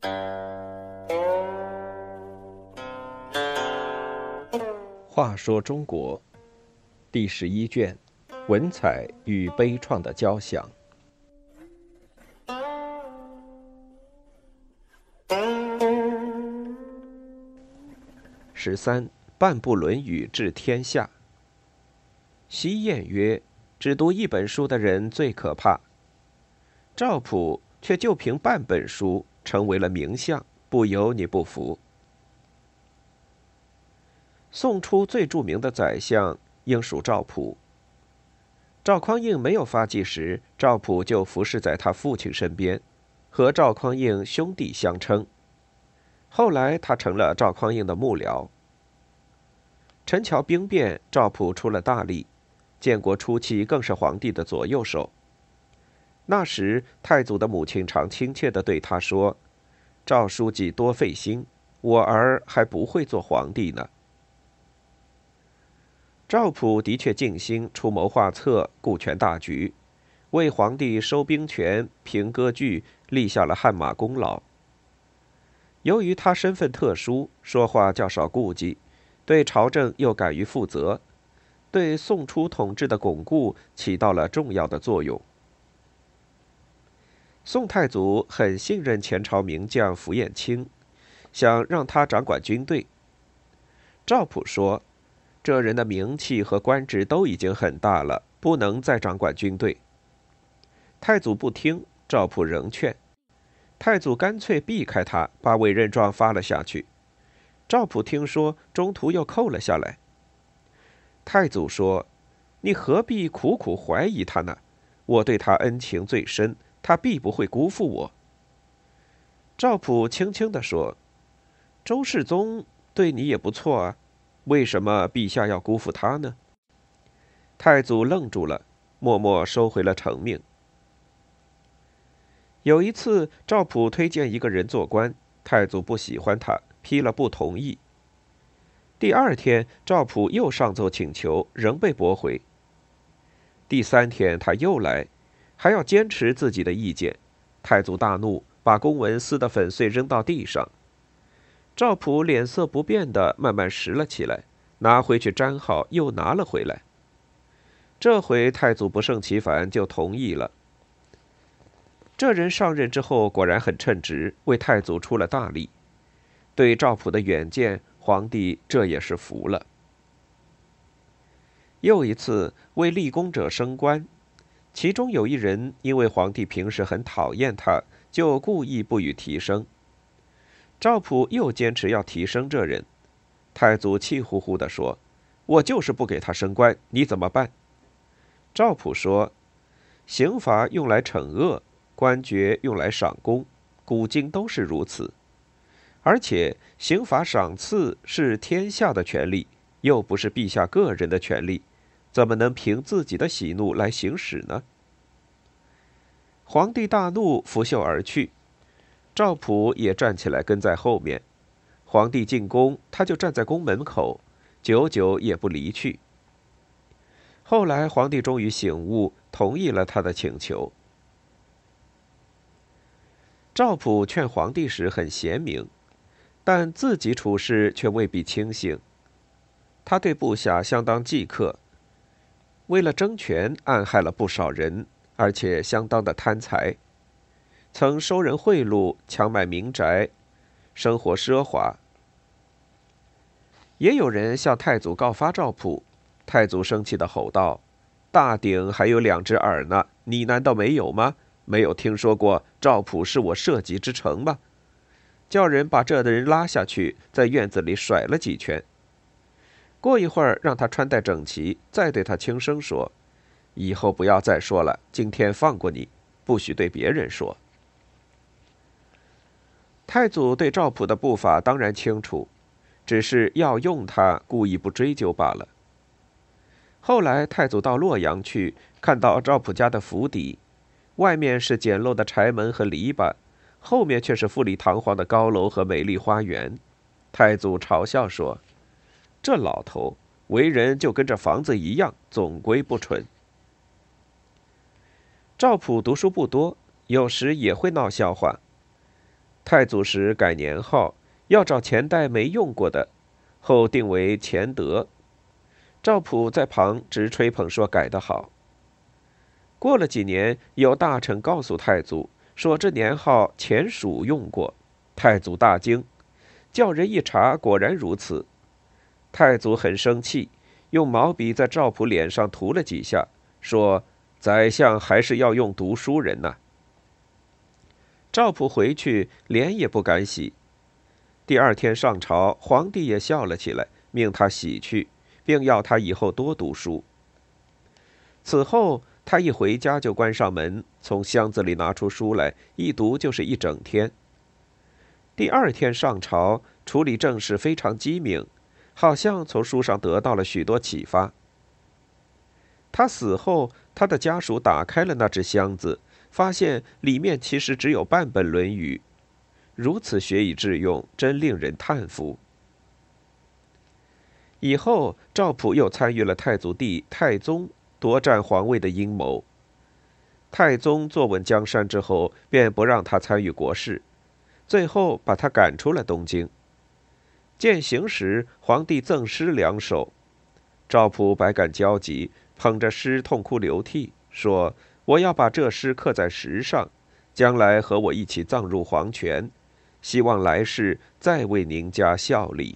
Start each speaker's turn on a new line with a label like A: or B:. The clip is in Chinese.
A: 话说中国第11卷，文采与悲怆的交响。13半部《论语》治天下。西谚曰：只读一本书的人最可怕。赵普却就凭半本书成为了名相，不由你不服。宋初最著名的宰相应属赵普。赵匡胤没有发迹时，赵普就服侍在他父亲身边，和赵匡胤兄弟相称。后来他成了赵匡胤的幕僚。陈桥兵变，赵普出了大力，建国初期更是皇帝的左右手。那时太祖的母亲常亲切地对他说：赵书记多费心，我儿还不会做皇帝呢。赵普的确尽心出谋划策，顾全大局，为皇帝收兵权、平割据立下了汗马功劳。由于他身份特殊，说话较少顾忌，对朝政又敢于负责，对宋初统治的巩固起到了重要的作用。宋太祖很信任前朝名将符衍卿，想让他掌管军队。赵普说：这人的名气和官职都已经很大了，不能再掌管军队。太祖不听，赵普仍劝，太祖干脆避开他，把委任状发了下去。赵普听说，中途又扣了下来。太祖说：你何必苦苦怀疑他呢？我对他恩情最深，他必不会辜负我。赵普轻轻地说：周世宗对你也不错啊，为什么陛下要辜负他呢？太祖愣住了，默默收回了成命。有一次，赵普推荐一个人做官，太祖不喜欢他，批了不同意。第二天，赵普又上奏请求，仍被驳回。第三天，他又来，还要坚持自己的意见。太祖大怒，把公文撕得粉碎，扔到地上。赵普脸色不变地慢慢拾了起来，拿回去粘好，又拿了回来。这回太祖不胜其烦，就同意了。这人上任之后果然很称职，为太祖出了大力。对赵普的远见，皇帝这也是服了。又一次，为立功者升官，其中有一人因为皇帝平时很讨厌他，就故意不予提升。赵普又坚持要提升这人，太祖气呼呼地说：我就是不给他升官，你怎么办？赵普说：刑罚用来惩恶，官爵用来赏功，古今都是如此。而且刑罚赏赐是天下的权利，又不是陛下个人的权利，怎么能凭自己的喜怒来行使呢？皇帝大怒，拂袖而去。赵普也站起来跟在后面。皇帝进宫，他就站在宫门口，久久也不离去。后来皇帝终于醒悟，同意了他的请求。赵普劝皇帝时很贤明，但自己处事却未必清醒。他对部下相当忌刻，为了争权暗害了不少人，而且相当的贪财，曾收人贿赂，强买民宅，生活奢华。也有人向太祖告发赵普，太祖生气地吼道：大鼎还有2只耳呢，你难道没有吗？没有听说过赵普是我社稷之臣吗？叫人把这的人拉下去，在院子里甩了几拳。过一会儿，让他穿戴整齐，再对他轻声说：以后不要再说了，今天放过你，不许对别人说。太祖对赵普的不法当然清楚，只是要用他，故意不追究罢了。后来太祖到洛阳去，看到赵普家的府邸，外面是简陋的柴门和篱笆，后面却是富丽堂皇的高楼和美丽花园。太祖嘲笑说：这老头为人就跟这房子一样，总归不蠢。赵普读书不多，有时也会闹笑话。 太祖时改年号，要照前代没用过的，后定为乾德。赵普在旁直吹捧说改得好。过了几年，有大臣告诉太祖说这年号前蜀用过，太祖大惊，叫人一查，果然如此。太祖很生气，用毛笔在赵普脸上涂了几下，说：“宰相还是要用读书人呐。”赵普回去脸也不敢洗。第二天上朝，皇帝也笑了起来，命他洗去，并要他以后多读书。此后，他一回家就关上门，从箱子里拿出书来，一读就是一整天。第二天上朝，处理政事非常机敏，好像从书上得到了许多启发。他死后，他的家属打开了那只箱子，发现里面其实只有半本《论语》，如此学以致用，真令人叹服。以后，赵普又参与了太祖弟太宗夺占皇位的阴谋。太宗坐稳江山之后，便不让他参与国事，最后把他赶出了东京。践行时，皇帝赠诗2首，赵普百感交集，捧着诗痛哭流涕，说：“我要把这诗刻在石上，将来和我一起葬入黄泉，希望来世再为您家效力。”